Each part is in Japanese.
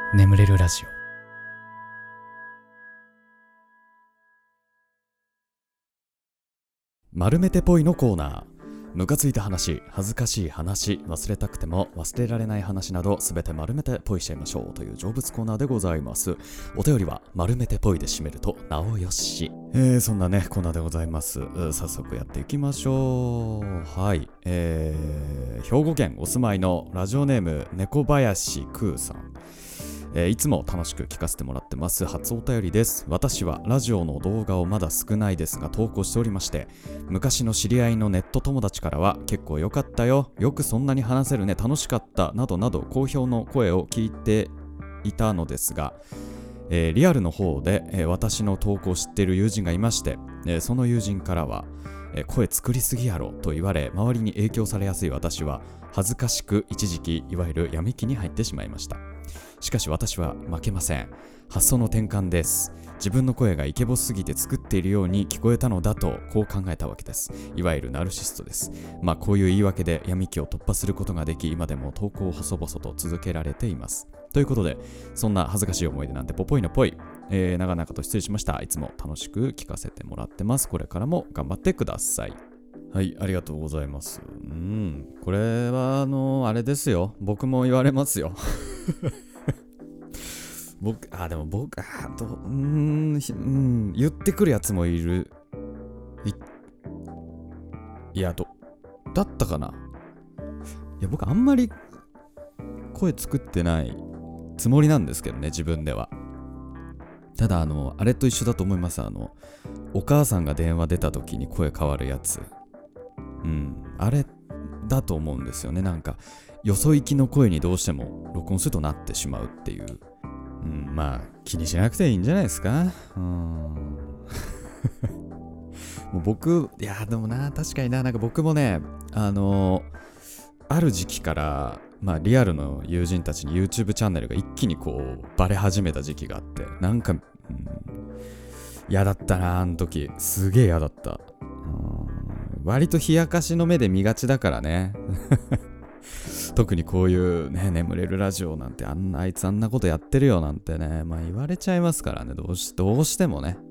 眠れるラジオ。丸めてぽいのコーナー。ムカついた話、恥ずかしい話、忘れたくても忘れられない話などすべて丸めてぽいしちゃいましょうという成仏コーナーでございます。お便りは丸めてぽいで締めるとなおよし。そんなねコーナーでございます。早速やっていきましょう。はい、兵庫県お住まいのラジオネーム猫林くーさん。いつも楽しく聞かせてもらってます。初お便りです。私はラジオの動画をまだ少ないですが投稿しておりまして、昔の知り合いのネット友達からは結構良かったよ、よくそんなに話せるね、楽しかったなどなど好評の声を聞いていたのですが、リアルの方で、私の投稿を知っている友人がいまして、その友人からは声作りすぎやろと言われ、周りに影響されやすい私は恥ずかしく一時期いわゆる闇期に入ってしまいました。しかし私は負けません。発想の転換です。自分の声がイケボすぎて作っているように聞こえたのだとこう考えたわけです。いわゆるナルシストです。こういう言い訳で闇期を突破することができ、今でも投稿を細々と続けられています。ということで、そんな恥ずかしい思い出なんてぽぽいのぽい、長々と失礼しました。いつも楽しく聞かせてもらってます。これからも頑張ってください。はい、ありがとうございます。これはあれですよ。僕も言われますよ。言ってくるやつもいる。だったかな。いや、僕あんまり声作ってないつもりなんですけどね、自分では。ただあれと一緒だと思います。お母さんが電話出た時に声変わるやつ。あれだと思うんですよね。なんかよそ行きの声にどうしても録音するとなってしまうっていう。気にしなくていいんじゃないですか。もう僕、でもな、確かにな、なんか僕もね、ある時期から、リアルの友人たちに YouTube チャンネルが一気にこうバレ始めた時期があって、なんか、嫌だったな、あの時。すげえ嫌だった。割と冷やかしの目で見がちだからね。特にこういうね、眠れるラジオなんて、あいつあんなことやってるよなんてね、言われちゃいますからね、どうしてもね。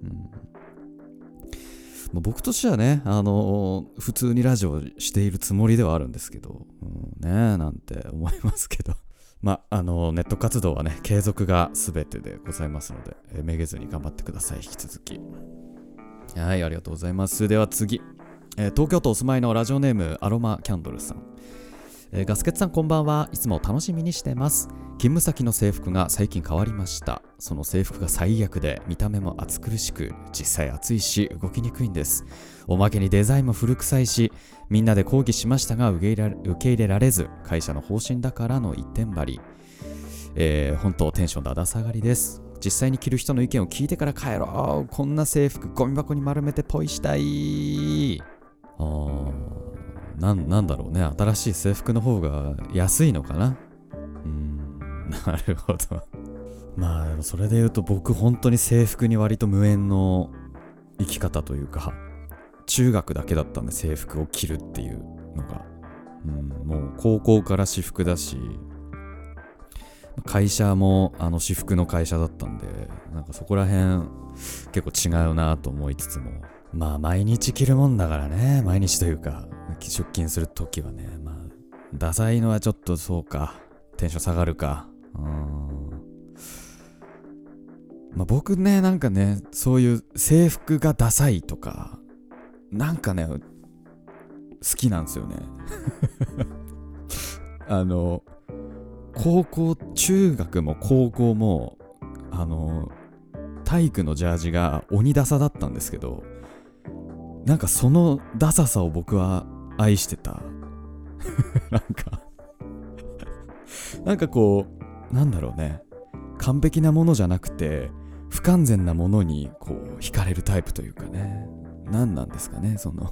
僕としてはね、普通にラジオしているつもりではあるんですけど、なんて思いますけど。ネット活動はね、継続が全てでございますので、めげずに頑張ってください、引き続き。はい、ありがとうございます。では次。東京都お住まいのラジオネームアロマキャンドルさん。ガスケツさん、こんばんは。いつも楽しみにしてます。勤務先の制服が最近変わりました。その制服が最悪で、見た目も暑苦しく、実際暑いし動きにくいんです。おまけにデザインも古臭いし、みんなで抗議しましたが受け入れられず、会社の方針だからの一点張り。本当テンションだだ下がりです。実際に着る人の意見を聞いてから帰ろう。こんな制服ゴミ箱に丸めてポイしたい。なんだろうね。新しい制服の方が安いのかな。なるほど。それで言うと僕本当に制服に割と無縁の生き方というか、中学だけだったんで制服を着るっていうのが、もう高校から私服だし、会社も私服の会社だったんで、なんかそこら辺結構違うなと思いつつも、毎日着るもんだからね。毎日というか出勤するときはね、ダサいのはちょっとそうか、テンション下がるか。僕ね、なんかね、そういう制服がダサいとかなんかね好きなんですよね。中学も高校も体育のジャージが鬼ダサだったんですけど、なんかそのダサさを僕は愛してた。なんかこう、なんだろうね、完璧なものじゃなくて不完全なものにこう惹かれるタイプというかね。なんですかね、その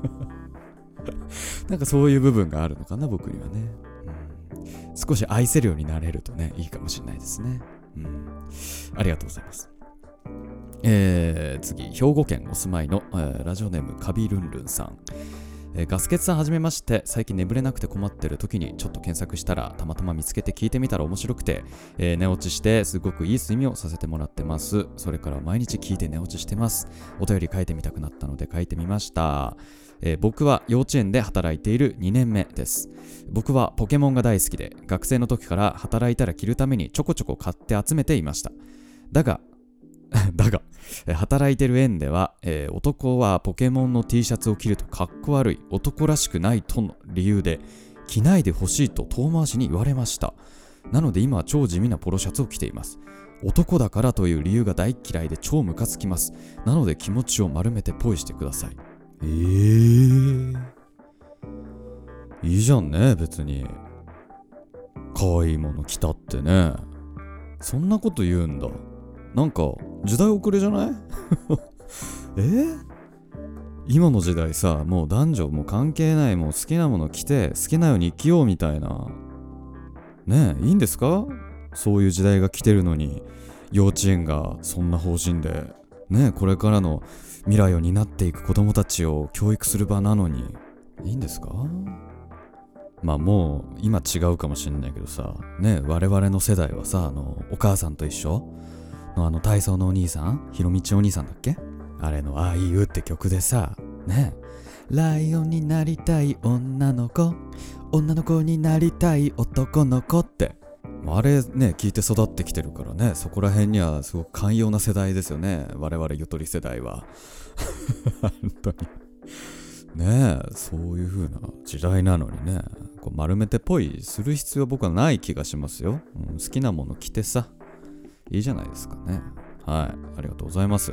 なんかそういう部分があるのかな、僕にはね。少し愛せるようになれるとね、いいかもしれないですね。ありがとうございます。次、兵庫県お住まいの、ラジオネームカビルンルンさん。 ガスケツさんはじめまして。最近眠れなくて困ってる時にちょっと検索したらたまたま見つけて聞いてみたら面白くて、寝落ちしてすごくいい睡眠をさせてもらってます。それから毎日聞いて寝落ちしてます。お便り書いてみたくなったので書いてみました。僕は幼稚園で働いている2年目です。僕はポケモンが大好きで、学生の時から働いたら着るためにちょこちょこ買って集めていました。だが働いてる園では、男はポケモンの T シャツを着るとかっこ悪い、男らしくないとの理由で着ないでほしいと遠回しに言われました。なので今は超地味なポロシャツを着ています。男だからという理由が大嫌いで超ムカつきます。なので気持ちを丸めてポイしてください。いいじゃんね、別に。可愛いもの着たってね。そんなこと言うんだ。なんか時代遅れじゃない今の時代さ、もう男女もう関係ない、もう好きなもの着て好きなように生きようみたいなね。いいんですか？そういう時代が来てるのに幼稚園がそんな方針でね、これからの未来を担っていく子供たちを教育する場なのにいいんですか？まあもう今違うかもしんないけどさね、我々の世代はさ、お母さんと一緒の体操のお兄さん、ひろみちお兄さんだっけ、あれのあいうって曲でさね、ライオンになりたい女の子、女の子になりたい男の子って、あれね聞いて育ってきてるからね、そこら辺にはすごく寛容な世代ですよね、我々ゆとり世代は本当にねえ、そういう風な時代なのにね、こう丸めてポイする必要は僕はない気がしますよ、好きなもの着てさいいじゃないですかね。はい、ありがとうございます。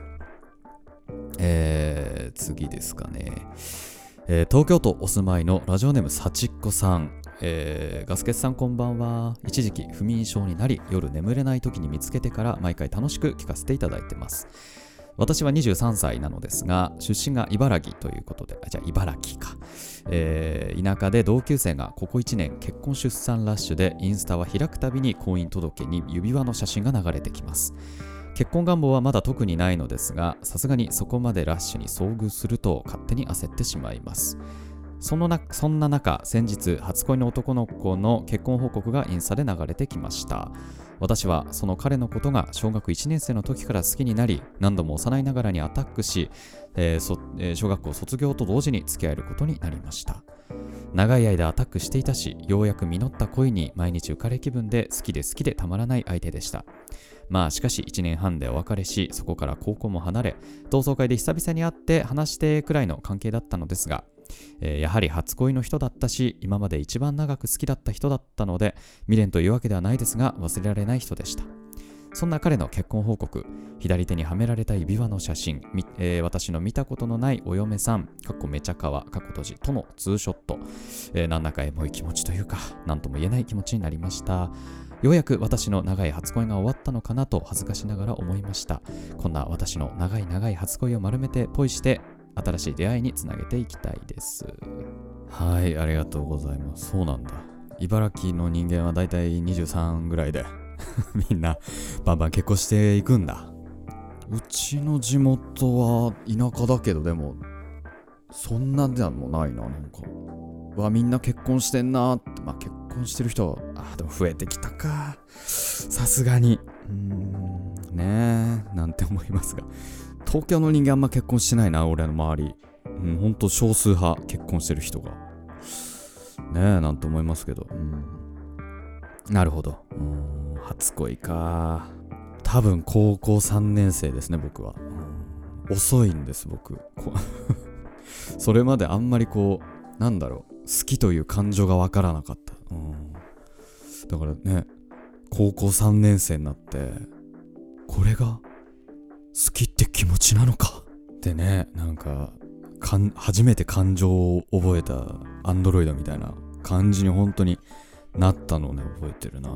次ですかね。東京都お住まいのラジオネームさちっこさん。ガスケツさんこんばんは。一時期不眠症になり、夜眠れない時に見つけてから毎回楽しく聞かせていただいてます。私は23歳なのですが、出身が茨城ということで、茨城か。田舎で同級生がここ1年結婚出産ラッシュで、インスタは開くたびに婚姻届に指輪の写真が流れてきます。結婚願望はまだ特にないのですが、さすがにそこまでラッシュに遭遇すると勝手に焦ってしまいます。そんな中、先日初恋の男の子の結婚報告がインスタで流れてきました。私はその彼のことが小学1年生の時から好きになり、何度も幼いながらにアタックし、小学校卒業と同時に付き合えることになりました。長い間アタックしていたし、ようやく実った恋に毎日浮かれ気分で好きでたまらない相手でした。まあしかし1年半でお別れし、そこから高校も離れ、同窓会で久々に会って話してくらいの関係だったのですが、やはり初恋の人だったし、今まで一番長く好きだった人だったので、未練というわけではないですが忘れられない人でした。そんな彼の結婚報告、左手にはめられた指輪の写真、私の見たことのないお嫁さんめちゃかわとのツーショット、なんだかエモい気持ちというか、なんとも言えない気持ちになりました。ようやく私の長い初恋が終わったのかなと恥ずかしながら思いました。こんな私の長い初恋を丸めてポイして新しい出会いにつなげていきたいです。はい、ありがとうございます。そうなんだ。茨城の人間はだいたい23ぐらいでみんなバンバン結婚していくんだ。うちの地元は田舎だけど、でもそんなでもないな。なんかみんな結婚してんなって。結婚してる人はでも増えてきたか、さすがにねえなんて思いますが、東京の人間あんま結婚してないな、俺の周り。ほんと少数派、結婚してる人がねえなんて思いますけど、なるほど。初恋か。多分高校3年生ですね、僕は。遅いんです、僕。それまであんまり好きという感情がわからなかった。だからね、高校3年生になって、これが好きって気持ちなのかってね、初めて感情を覚えたアンドロイドみたいな感じに本当になったのをね、覚えてるな、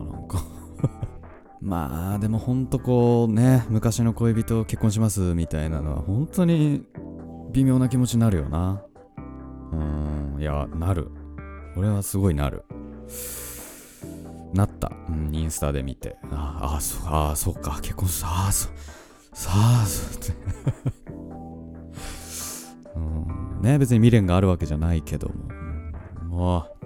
まあでもほんと昔の恋人結婚しますみたいなのは本当に微妙な気持ちになるよな。いや、なる。俺はすごいなる。なった。インスタで見て。そうか、結婚そうってね、別に未練があるわけじゃないけども、もう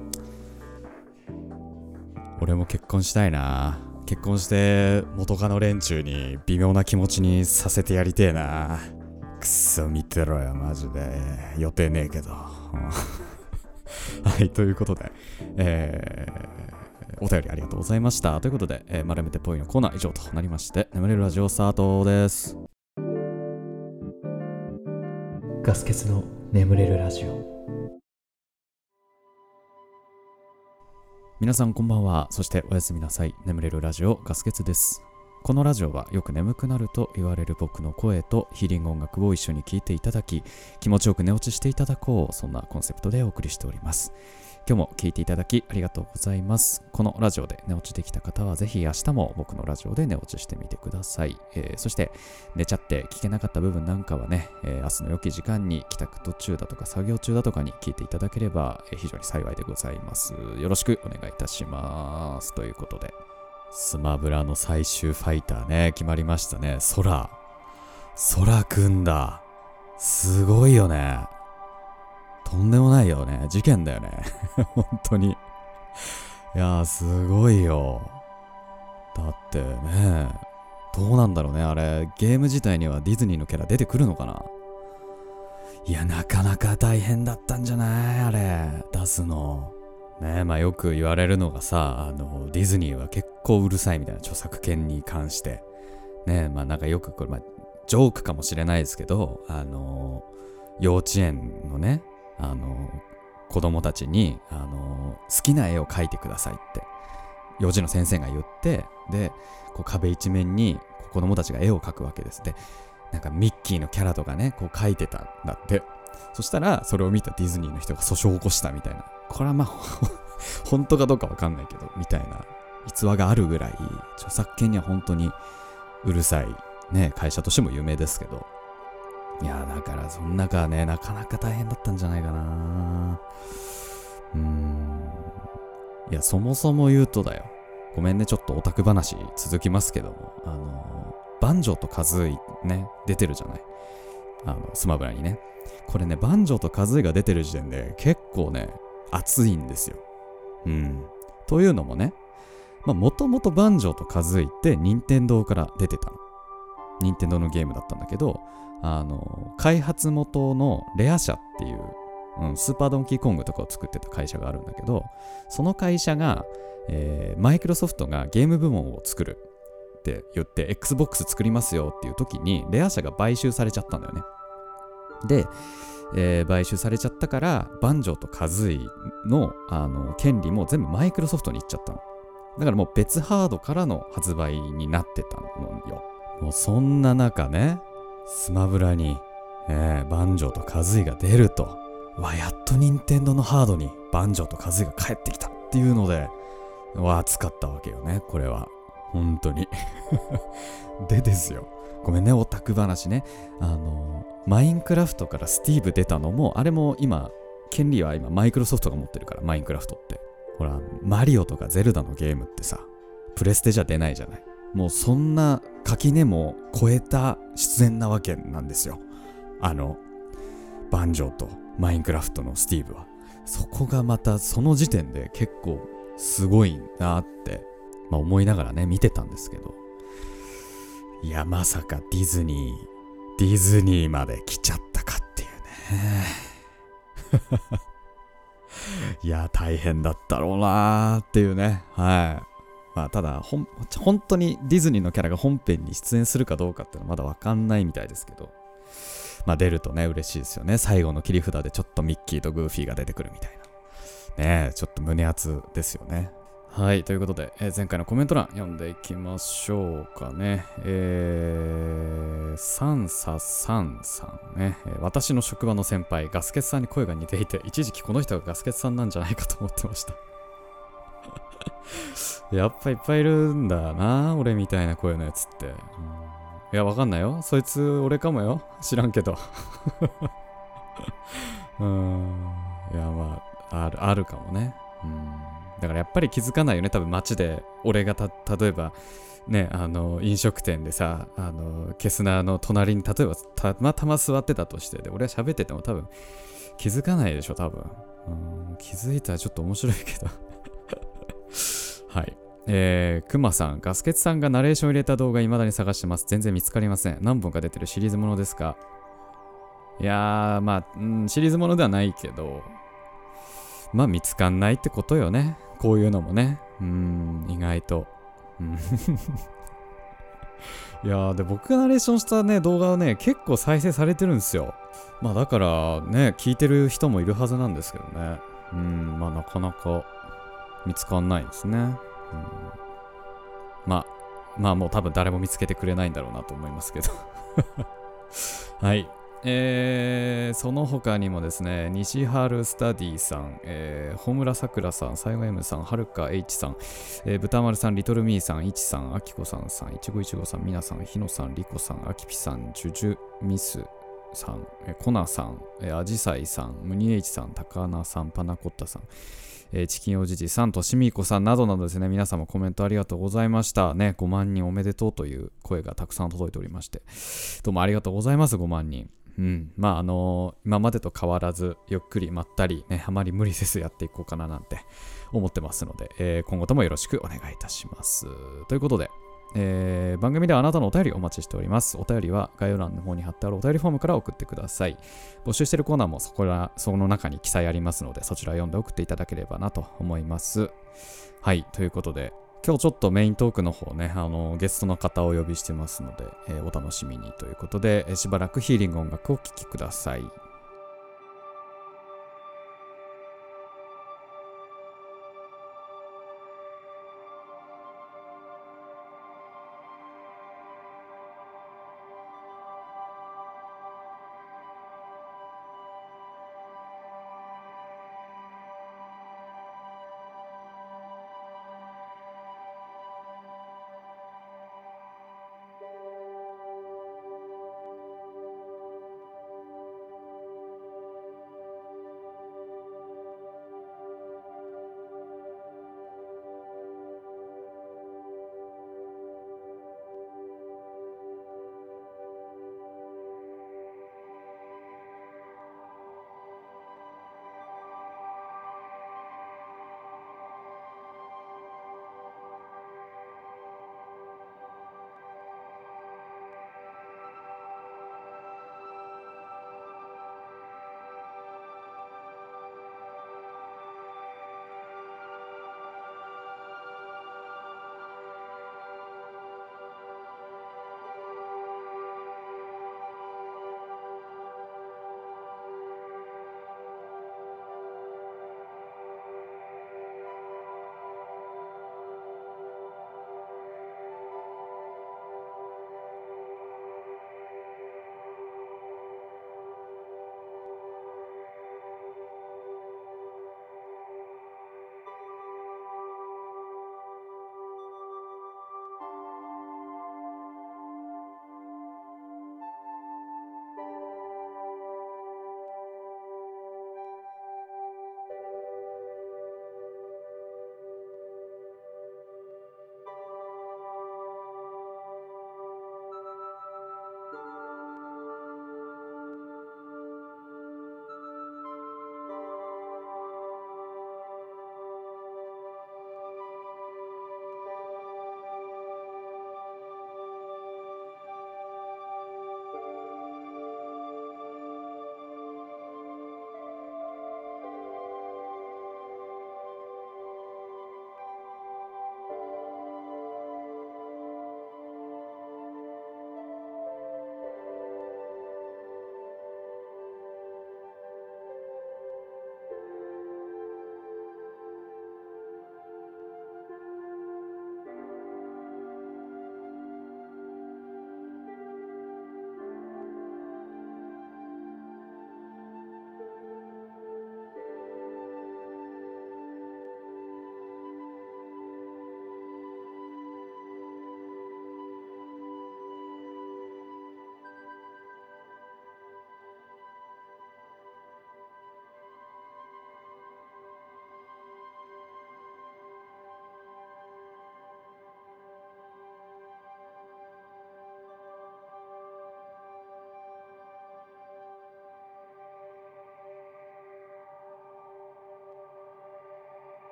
俺も結婚したいな。結婚して元カノ連中に微妙な気持ちにさせてやりてえな。くそ見てろよマジで。予定ねえけどはい、ということでお便りありがとうございました。ということで、丸めてぽいのコーナー以上となりまして、眠れるラジオスタートです。 ガス欠の眠れるラジオ。 皆さんこんばんは。そしておやすみなさい。眠れるラジオガス欠です。このラジオはよく眠くなると言われる僕の声とヒーリング音楽を一緒に聴いていただき、気持ちよく寝落ちしていただこう、そんなコンセプトでお送りしております。今日も聴いていただきありがとうございます。このラジオで寝落ちできた方はぜひ明日も僕のラジオで寝落ちしてみてください。そして寝ちゃって聞けなかった部分なんかはね、明日の良き時間に帰宅途中だとか作業中だとかに聞いていただければ、非常に幸いでございます。よろしくお願いいたします。ということで、スマブラの最終ファイターね、決まりましたね。空くんだ。すごいよね。とんでもないよね。事件だよね。本当に。いやー、すごいよ。だってね、どうなんだろうね。あれ、ゲーム自体にはディズニーのキャラ出てくるのかな。いや、なかなか大変だったんじゃないあれ、出すの。ね、まあよく言われるのがさ、ディズニーは結構うるさいみたいな、著作権に関して。ね、まあなんかよくこれ、まあ、ジョークかもしれないですけど、幼稚園のね、子供たちに、好きな絵を描いてくださいって幼稚園の先生が言って、でこう壁一面に子供たちが絵を描くわけです。でなんかミッキーのキャラとかねこう描いてたんだって。そしたらそれを見たディズニーの人が訴訟を起こしたみたいな。これはまあ本当かどうかわかんないけどみたいな逸話があるぐらい著作権には本当にうるさいね会社としても有名ですけど。いやだからその中はねなかなか大変だったんじゃないかな。いやそもそも言うとだよ、ごめんねちょっとオタク話続きますけども、バンジョーとカズイね出てるじゃない、スマブラにね。これねバンジョーとカズイが出てる時点で結構ね熱いんですよ。というのもね、もともとバンジョーとカズイって任天堂から出てたの。任天堂のゲームだったんだけど、開発元のレア社っていう、スーパードンキーコングとかを作ってた会社があるんだけど、その会社が、マイクロソフトがゲーム部門を作るって言って Xbox 作りますよっていう時にレア社が買収されちゃったんだよね。で、買収されちゃったからバンジョーとカズイの、権利も全部マイクロソフトに行っちゃったの。だからもう別ハードからの発売になってたのよ。もうそんな中ねスマブラに、バンジョーとカズイが出ると、やっと任天堂のハードにバンジョーとカズイが帰ってきたっていうので熱かったわけよね。これは本当にでですよ、ごめんねオタク話ね。マインクラフトからスティーブ出たのもあれも今権利は今マイクロソフトが持ってるから。マインクラフトってほらマリオとかゼルダのゲームってさプレステじゃ出ないじゃない。もうそんな垣根も超えた出演なわけなんですよ。バンジョーとマインクラフトのスティーブは。そこがまたその時点で結構すごいなって、思いながらね見てたんですけど、いやまさかディズニーまで来ちゃったかっていうねいや大変だったろうなーっていうね。ただ本当にディズニーのキャラが本編に出演するかどうかっていうのはまだ分かんないみたいですけど、出るとね嬉しいですよね。最後の切り札でちょっとミッキーとグーフィーが出てくるみたいなね。ちょっと胸熱ですよね。はい、ということで、前回のコメント欄読んでいきましょうかね。サンサさんね、私の職場の先輩ガスケツさんに声が似ていて、一時期この人がガスケツさんなんじゃないかと思ってましたやっぱいっぱいいるんだな俺みたいな声のやつって。いやわかんないよ、そいつ俺かもよ、知らんけどいやあるかもね。だからやっぱり気づかないよね多分街で。俺が例えばね飲食店でさケスナーの隣に例えばたまたま座ってたとして、で俺は喋ってても多分気づかないでしょ多分。気づいたらちょっと面白いけどはい。くまさん、ガスケツさんがナレーション入れた動画未だに探してます。全然見つかりません。何本か出てるシリーズものですか？いやー、まあ、シリーズものではないけど、まあ見つかんないってことよね。こういうのもね。意外と。いやー、で、僕がナレーションしたね、動画はね、結構再生されてるんですよ。まあだからね、聞いてる人もいるはずなんですけどね。まあなかなか見つかんないですね。まあもう多分誰も見つけてくれないんだろうなと思いますけどはい。その他にもですね、西春スタディさん、ホムラさくらさん、サイゴ M さん、はるか H さん、豚丸さん、リトルミーさん、いちさん、あきこさんさん、いちごいちごさん、みなさん、ひのさん、りこさん、あきぴさん、ジュジュミスさん、コナさん、あじさいさん、ムニエイチさん、たかなさん、パナコッタさん、チキンおじじさんとしみこさんなどなどですね、皆様コメントありがとうございましたね。5万人おめでとうという声がたくさん届いておりまして、どうもありがとうございます。5万人。まあ今までと変わらずゆっくりまったりね、あまり無理せずやっていこうかななんて思ってますので、今後ともよろしくお願いいたします。ということで、番組ではあなたのお便りお待ちしております。お便りは概要欄の方に貼ってあるお便りフォームから送ってください。募集しているコーナーもその中に記載ありますので、そちら読んで送っていただければなと思います。はい、ということで、今日ちょっとメイントークの方ね、ゲストの方をお呼びしてますので、お楽しみにということで、しばらくヒーリング音楽を聴きください。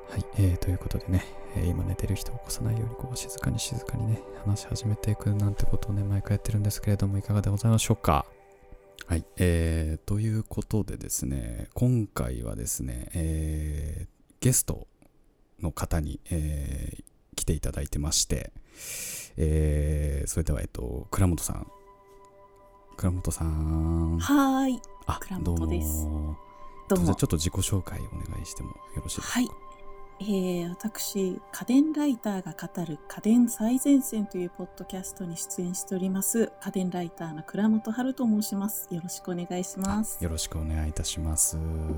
はい、ということでね、今寝てる人を起こさないようにこう静かにね話し始めていくなんてことをね毎回やってるんですけれども、いかがでございましょうか。はい、ということでですね、今回はですね、ゲストの方に、来ていただいてまして、それでは倉本さんはーい、倉どうも本です。どうも。 ちょっと自己紹介お願いしてもよろしいですか。 はい、私家電ライターが語る家電最前線というポッドキャストに出演しております家電ライターの倉本春と申します。よろしくお願いします。 よろしくお願いいたします。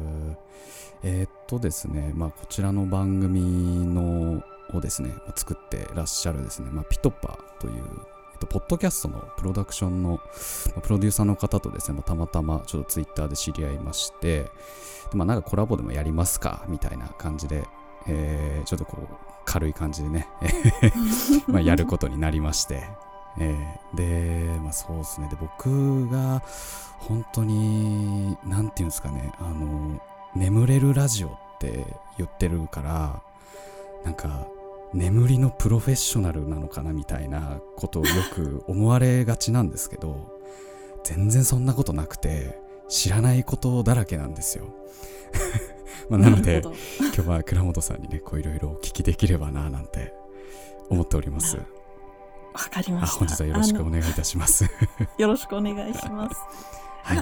ですね、こちらの番組をですね、作ってらっしゃるですね、ピトパというポッドキャストのプロダクションのプロデューサーの方とですね、たまたまちょっとツイッターで知り合いまして、なんかコラボでもやりますかみたいな感じで、ちょっとこう軽い感じでねやることになりまして、で、そうですね。で、僕が本当になんていうんですかね、眠れるラジオって言ってるから、なんか眠りのプロフェッショナルなのかなみたいなことをよく思われがちなんですけど全然そんなことなくて、知らないことだらけなんですよなので今日は倉本さんにねこういろいろお聞きできればななんて思っております。 わかりました。 本日はよろしくお願いいたしますよろしくお願いしますはい、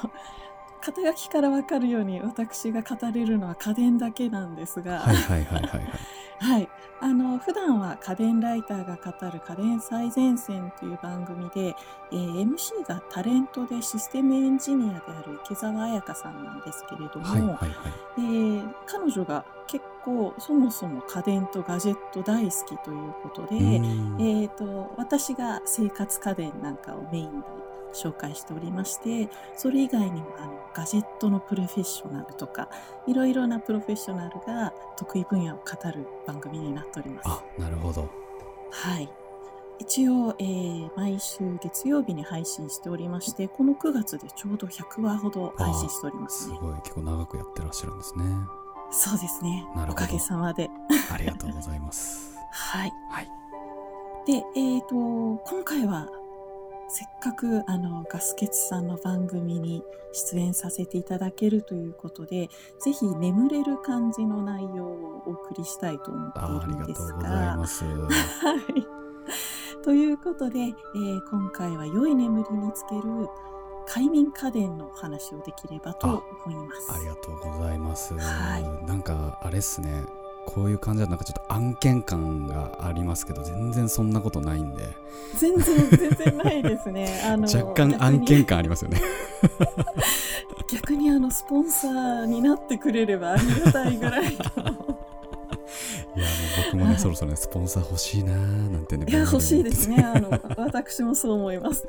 肩書きから分かるように私が語れるのは家電だけなんですが、 はいはい、普段は家電ライターが語る家電最前線という番組で、MC がタレントでシステムエンジニアである池澤彩香さんなんですけれども、彼女が結構そもそも家電とガジェット大好きということで、私が生活家電なんかをメインで紹介しておりまして、それ以外にもガジェットのプロフェッショナルとかいろいろなプロフェッショナルが得意分野を語る番組になっております。 なるほど。 はい、一応、毎週月曜日に配信しておりまして、この9月でちょうど100話ほど配信しておりますね。 すごい、結構長くやってらっしゃるんですね。 そうですね、おかげさまでありがとうございますはい、 はい、 で、今回はせっかくガスケツさんの番組に出演させていただけるということで、ぜひ眠れる感じの内容をお送りしたいと思っているんですが、 ありがとうございますはい、ということで、今回は良い眠りにつける快眠家電のお話をできればと思います。 ありがとうございます、 はい、 なんかあれですね、こういう感じはなんかちょっと案件感がありますけど、全然そんなことないんで。 全然ないですね若干案件感ありますよね逆にスポンサーになってくれればありがたいぐらいのいやもう僕もねそろそろねスポンサー欲しいなーなんてね。 いや欲しいですね私もそう思います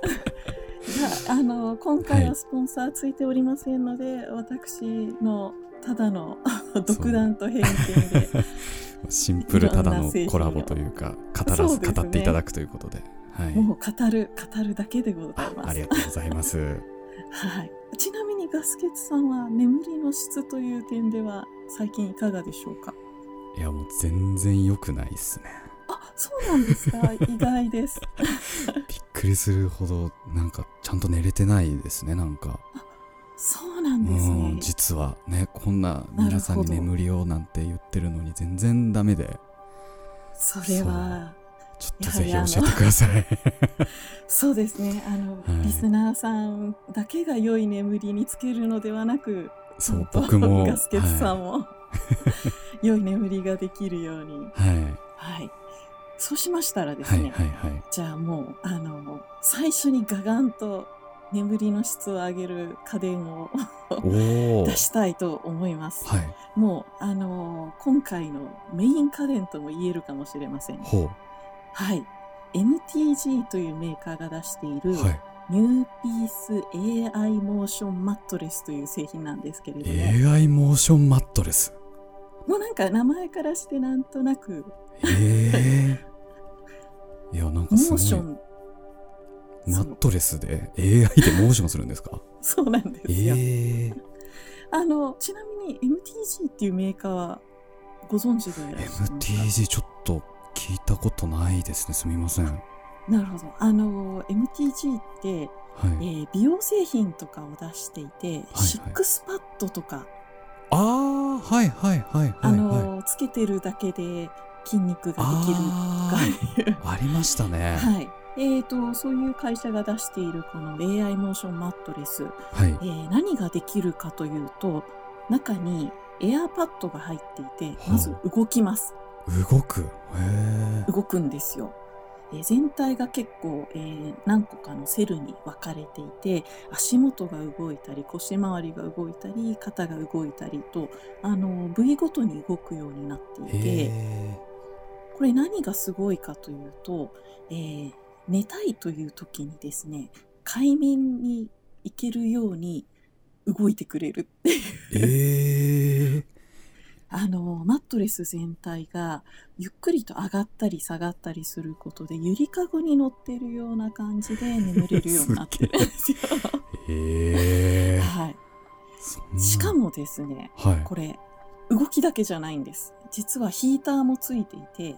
今回はスポンサーついておりませんので、私のただの独断と偏見でシンプルただのコラボというか語っていただくということで、はい、 もう語るだけでございます。 ありがとうございますはい、ちなみにガスケツさんは眠りの質という点では最近いかがでしょうか。 いやもう全然良くないですね。 そうなんですか意外ですびっくりするほどなんかちゃんと寝れてないですね。なんかそうなんですね。 実はね、こんな皆さんに眠りをなんて言ってるのに全然ダメで、 それはちょっとぜひ教えてくださいそうですね、リスナーさんだけが良い眠りにつけるのではなく、 そう僕もガスケツさんも、良い眠りができるように、そうしましたらですね、じゃあもう最初にガガンと眠りの質を上げる家電を出したいと思います。もう今回のメイン家電とも言えるかもしれません。MTG というメーカーが出している、ニューピース AI モーションマットレスという製品なんですけれども、 AI モーションマットレス、 もうなんか名前からしてなんとなくいやなんかすごい、モーションマットレスで AI でモーションするんですかそうなんですよ、ちなみに MTG っていうメーカーはご存知でいらっしゃいますか？ MTG ちょっと聞いたことないですね。すみません。はなるほど。MTG って、 い。 美容製品とかを出していて、 はい。 シックスパッドとか、 ああ、はいはいはいはいはい。 つけてるだけで筋肉ができるとかいうありましたね。 はい。そういう会社が出しているこの AI モーションマットレス、 はい。 何ができるかというと、中にエアーパッドが入っていて、まずは動きます。 動く。へえ。 動くんですよ。全体が結構、何個かのセルに分かれていて、足元が動いたり、腰回りが動いたり、肩が動いたりと、部位ごとに動くようになっていて、 へえ。 これ何がすごいかというと、寝たいという時にですね、快眠に行けるように動いてくれるっていうええ。 マットレス全体がゆっくりと上がったり下がったりすることで、ゆりかごに乗ってるような感じで眠れるようになってるんですよ。 へえ。 はい。 そんな。 しかもですね、 はい。 これ動きだけじゃないんです。実はヒーターもついていて、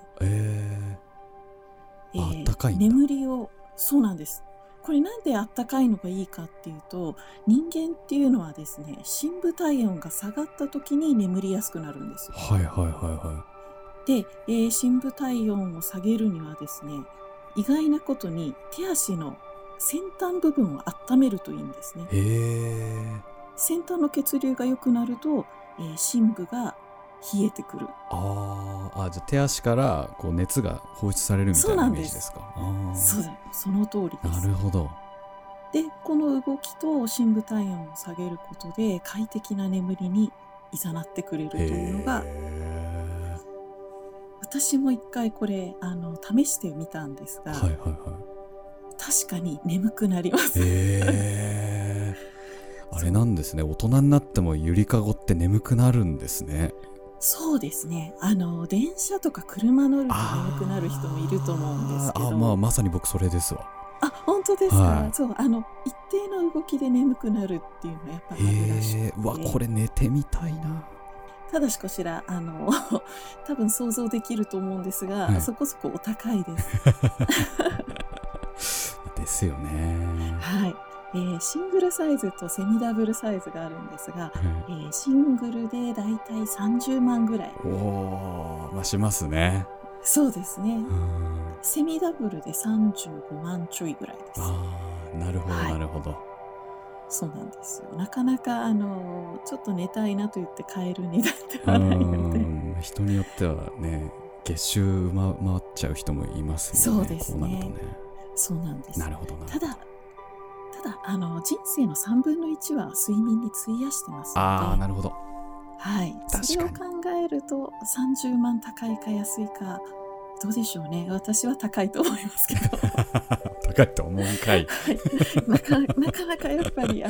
あったかいんだ。 眠りを、そうなんです。これなんであったかいのがいいかっていうと、人間っていうのはですね、深部体温が下がった時に眠りやすくなるんですよ。 はいはいはいはで、深部体温を下げるにはですね、意外なことに手足の先端部分を温めるといいんですね。 い。へえ。 先端の血流が良くなると、深部が冷えてくる。 じゃあ手足からこう熱が放出されるみたいなイメージですか。 そうだ、その通りでなす。 るほど。 で、この動きと深部体温を下げることで快適な眠りに誘ってくれるというのが、 へ私も一回これ試してみたんですが、 はいはいは確かに眠くなります。 い。あれなんですね。大人になってもゆりかごって眠くなるんですね。 そうですね。電車とか車乗ると眠くなる人もいると思うんですけど、 まさに僕それですわ。 本当ですか？ はいそう、一定の動きで眠くなるっていうのはやっぱあるらしくうわ、 て、 これ寝てみたいな。 ただしこちら、多分想像できると思うんですが、 はいそこそこお高いです。 ですよね。 はい。シングルサイズとセミダブルサイズがあるんですが、 はいシングルでだいたい30万ぐらい。 おー、しますね。 そうですね。 うん。 セミダブルで35万ちょいぐらいです。 なるほどはいなるほど。 そうなんですよ。なかなかちょっと寝たいなと言って買える値段ではないので。 人によってはね、月収回っちゃう人もいますもんね。 そうですねこうなるとね。 そうなんです。 なるほどな。 ただ人生の3分の1は睡眠に費やしてますので、 なるほど。 はい。 確かにそれを考えると30万高いか安いかどうでしょうね。私は高いと思いますけど。 高いと思うんかい。 はい。なかなかやっぱり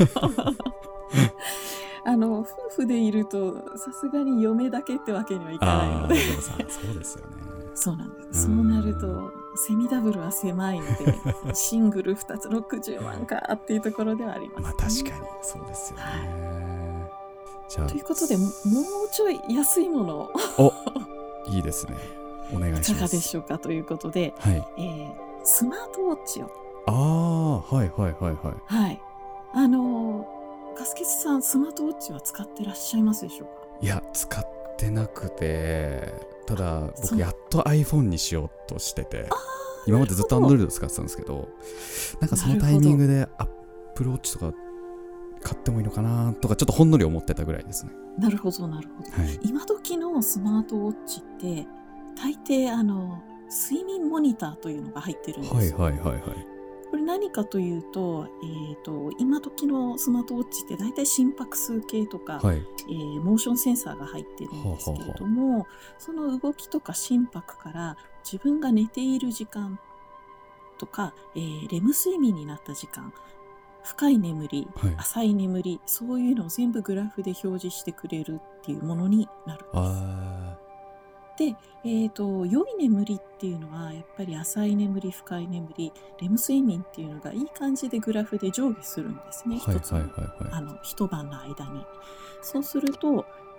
夫婦でいるとさすがに嫁だけってわけにはいかないので。 でもさ、そうですよね。 そうなんです。そうなるとセミダブルは狭いのでシングル2つ60万かっていうところではあります、ね。 確かにそうですよね。じゃあということでもうちょい安いものをいいですね。お願いします。 いかがでしょうかということで、 はい。 スマートウォッチを。 はいはいはいはい。 はい。ガスケツさん、スマートウォッチは使ってらっしゃいますでしょうか？ いや、使ってなくて、ただそう僕やっと iPhone にしようとしてて、今までずっと Android 使ってたんですけど、なんかそのタイミングで Apple Watch とか買ってもいいのかなとかちょっとほんのり思ってたぐらいですね。 なるほどなるほど。 はい。 今時のスマートウォッチって大抵睡眠モニターというのが入ってるんですよ。 はいはいはいはい。 これ何かというと、今時のスマートウォッチって大体心拍数計とか、 はい。 モーションセンサーが入ってるんですけれども、その動きとか心拍から自分が寝ている時間とか、レム睡眠になった時間、深い眠り、 はい浅い眠り、そういうのを全部グラフで表示してくれるっていうものになるんです。で、良い眠りっていうのはやっぱり浅い眠り、深い眠り、レム睡眠っていうのがいい感じでグラフで上下するんですね。 はい一つのはいはいはい。 一晩の間に。そうすると、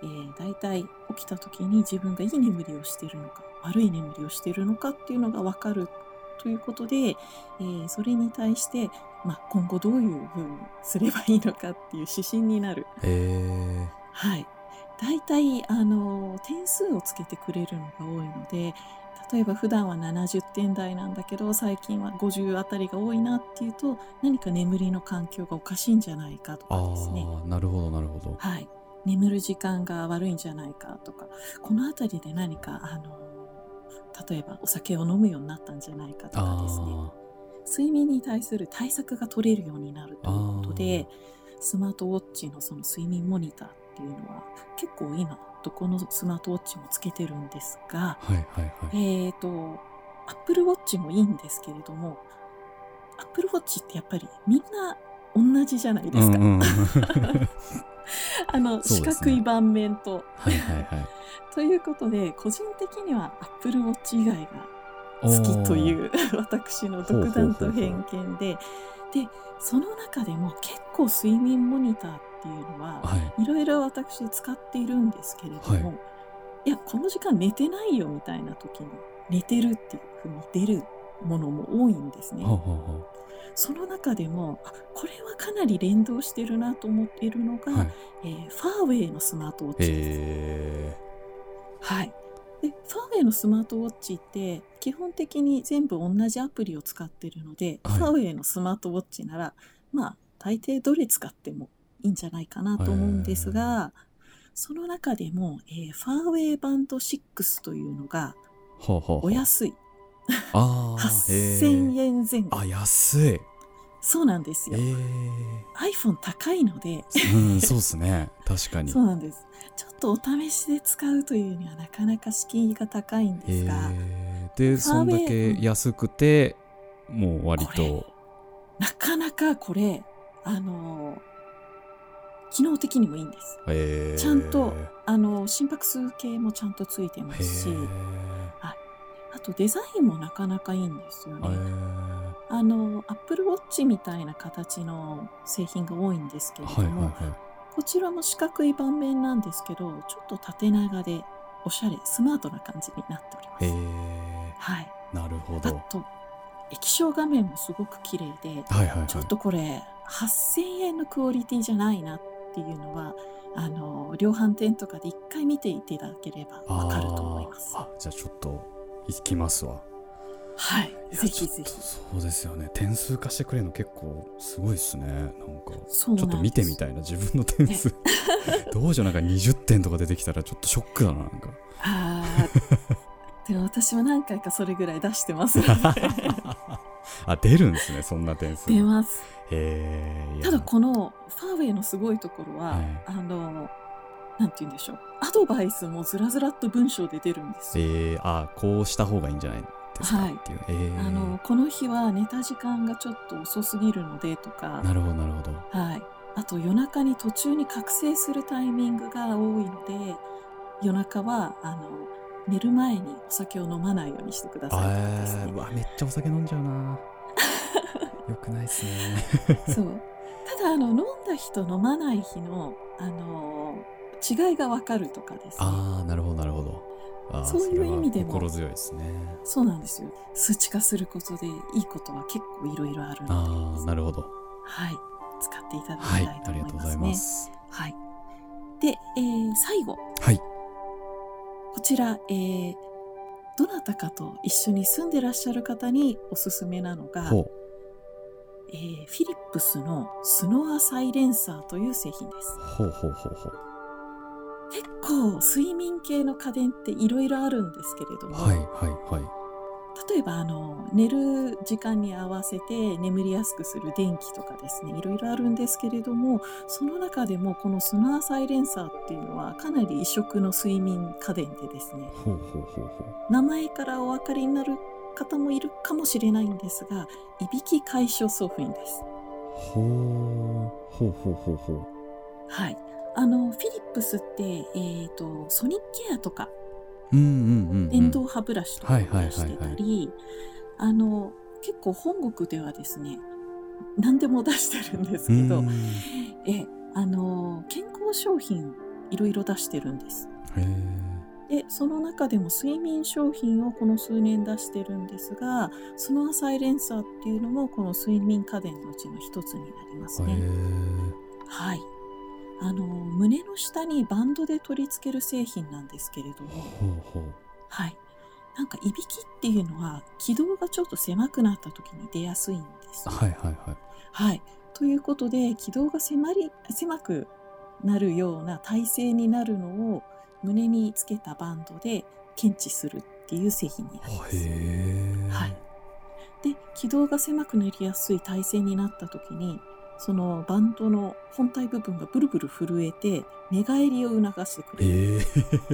だいたい起きた時に自分がいい眠りをしているのか悪い眠りをしているのかっていうのが分かるということで、それに対して、今後どういうふうにすればいいのかっていう指針になる。はい。だいたい点数をつけてくれるのが多いので、例えば普段は70点台なんだけど最近は50あたりが多いなっていうと、何か眠りの環境がおかしいんじゃないかとかですね。 なるほどなるほど。 はい。眠る時間が悪いんじゃないかとか、このあたりで何か例えばお酒を飲むようになったんじゃないかとかですね。睡眠に対する対策が取れるようになるということで、スマートウォッチのその睡眠モニターっていうのは結構今どこのスマートウォッチもつけてるんですが、Apple Watch もいいんですけれども、Apple Watch ってやっぱりみんな同じじゃないですか。四角い盤面と。ということで個人的には Apple Watch 以外が好きという私の独断と偏見で、その中でも結構睡眠モニターっていうのはいろいろ私使っているんですけれども、いやこの時間寝てないよみたいな時に寝てるっていうふうに出るものも多いんですね。その中でもこれはかなり連動してるなと思っているのが、ファーウェイのスマートウォッチです。はい。でファーウェイのスマートウォッチって基本的に全部同じアプリを使っているので、ファーウェイのスマートウォッチなら大抵どれ使ってもいいんじゃないかなと思うんですが、その中でも、ファーウェイバンド6というのがお安い8000円前後。 安い。 そうなんですよ。iPhone 高いのでそうですね、確かに。 そうなんです。ちょっとお試しで使うというにはなかなか敷居が高いんですが、 でそんだけ安くて、もう割となかなかこれ機能的にもいいんです。ちゃんと心拍数計もちゃんとついてますし、あとデザインもなかなかいいんですよね。Apple Watch みたいな形の製品が多いんですけれども、こちらも四角い盤面なんですけど、ちょっと縦長でおしゃれスマートな感じになっております。 なるほど。 あと液晶画面もすごく綺麗で、ちょっとこれ8000円のクオリティじゃないなっていうのは量販店とかで一回見ていただければわかると思います。 じゃあちょっと行きますわ。 ぜひぜひ。 そうですよね。点数化してくれるの結構すごいですね。なんかちょっと見てみたいな、自分の点数どうしよう、なんか20点とか出てきたらちょっとショックだな。なんかでも私も何回かそれぐらい出してます出るんですね、そんな点数。 出ます。ただこのファーウェイのすごいところは、なんて言うんでしょう、アドバイスもずらずらっと文章で出るんですよ。 こうした方がいいんじゃないですかっていう。 この日は寝た時間がちょっと遅すぎるのでとか。 なるほどなるほど。 あと夜中に途中に覚醒するタイミングが多いので、夜中は寝る前にお酒を飲まないようにしてくださいとかですね。 めっちゃお酒飲んじゃうなよくないですねそう。ただ飲んだ日と飲まない日の違いが分かるとかですね。 なるほどなるほど。 そういう意味でも心強いですね。 そうなんですよ。数値化することでいいことは結構いろいろあるので、 なるほど。 使っていただきたいと思いますね。 ありがとうございます。 で、最後、こちら、どなたかと一緒に住んでらっしゃる方におすすめなのが、フィリップスのスノアサイレンサーという製品です。結構睡眠系の家電っていろいろあるんですけれども、例えば寝る時間に合わせて眠りやすくする電気とかですね、いろいろあるんですけれども、その中でもこのスノアサイレンサーっていうのはかなり異色の睡眠家電でですね、名前からお分かりになる方もいるかもしれないんですが、いびき解消ソフィンです。フィリップスって、ソニックケアとか電動歯ブラシとかを出してたり、結構本国ではですね、何でも出してるんですけど、健康商品いろいろ出してるんです。 へで、その中でも睡眠商品をこの数年出してるんですが、スノアサイレンサーっていうのもこの睡眠家電のうちの一つになりますね。はい。胸の下にバンドで取り付ける製品なんですけれども、 ほうほう。 はい。なんかいびきっていうのは気道がちょっと狭くなった時に出やすいんですよ。 はいはいはい。 はい。ということで、気道が狭くなるような体勢になるのを胸につけたバンドで検知するっていう製品になります。はい。で、気道が狭くなりやすい体勢になった時に、そのバンドの本体部分がブルブル震えて寝返りを促してくれる。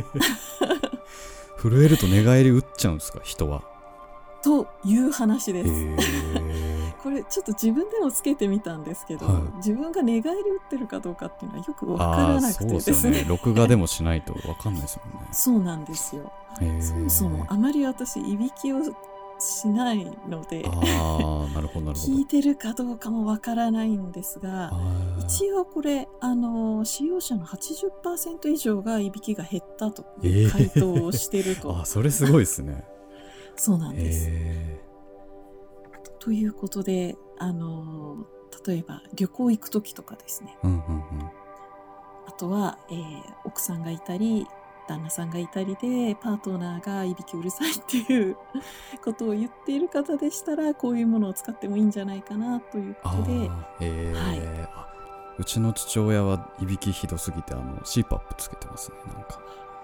震えると寝返り打っちゃうんですか、人は。 という話です。これちょっと自分でもつけてみたんですけど、自分が寝返り打ってるかどうかっていうのはよくわからなくてですね。 録画でもしないとわかんないですもんね。 そうなんですよ。そもそもあまり私いびきをしないのでなるほど聞いてるかどうかもわからないんですが、一応これ使用者の 80% 以上がいびきが減ったという回答をしてると。 それすごいですね。 そうなんです。ということで、例えば旅行行く時とかですね、あとは、奥さんがいたり旦那さんがいたりでパートナーがいびきうるさいっていうことを言っている方でしたら、こういうものを使ってもいいんじゃないかなということで、 うちの父親はいびきひどすぎてCPAP つけてますね。なんか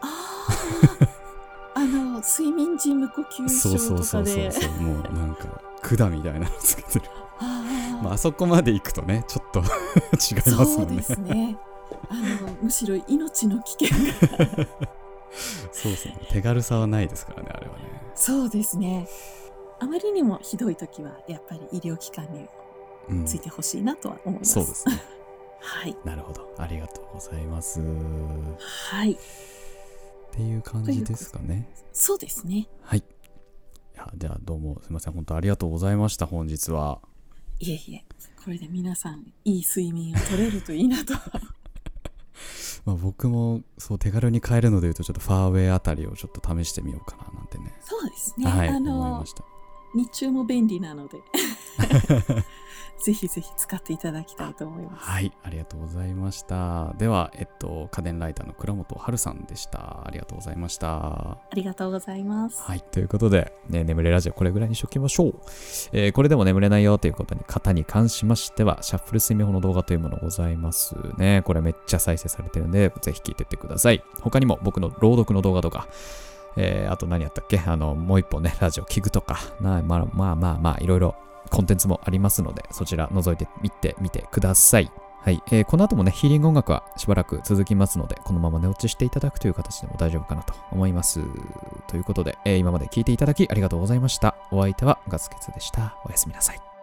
睡眠時無呼吸症とかでもうなんか管みたいなのつけてる。あそこまで行くとねちょっと違いますもんね。 そうですね。むしろ命の危険がそうですね。手軽さはないですからね、あれはね。 そうですね。あまりにもひどい時はやっぱり医療機関についてほしいなとは思います。 そうですね。 はい。 なるほど。ありがとうございます。 はい。 っていう感じですかね。 そうですね。 はい。じゃあどうもすみません。本当ありがとうございました。本日は。 いえいえ。これで皆さんいい睡眠を取れるといいなと。 僕もそう手軽に買えるのでいうとちょっとファーウェイあたりをちょっと試してみようかななんてね。 そうですね。 はい、思いました。 日中も便利なのでぜひぜひ使っていただきたいと思います。 はい、ありがとうございました。では、家電ライターの倉本春さんでした。ありがとうございました。 ありがとうございます。 はい、ということで、眠れラジオこれぐらいにしときましょう。これでも眠れないよという方に関しましては、シャッフル睡眠法の動画というものございますね。これめっちゃ再生されてるんで、ぜひ聞いてってください。他にも僕の朗読の動画とか、あと何やったっけ、もう一本ね、ラジオ聞くとか、まあ、いろいろコンテンツもありますので、そちら覗いてみてください。はい、この後もね、ヒーリング音楽はしばらく続きますので、このまま寝落ちしていただくという形でも大丈夫かなと思います。ということで、今まで聞いていただきありがとうございました。お相手はガスケツでした。おやすみなさい。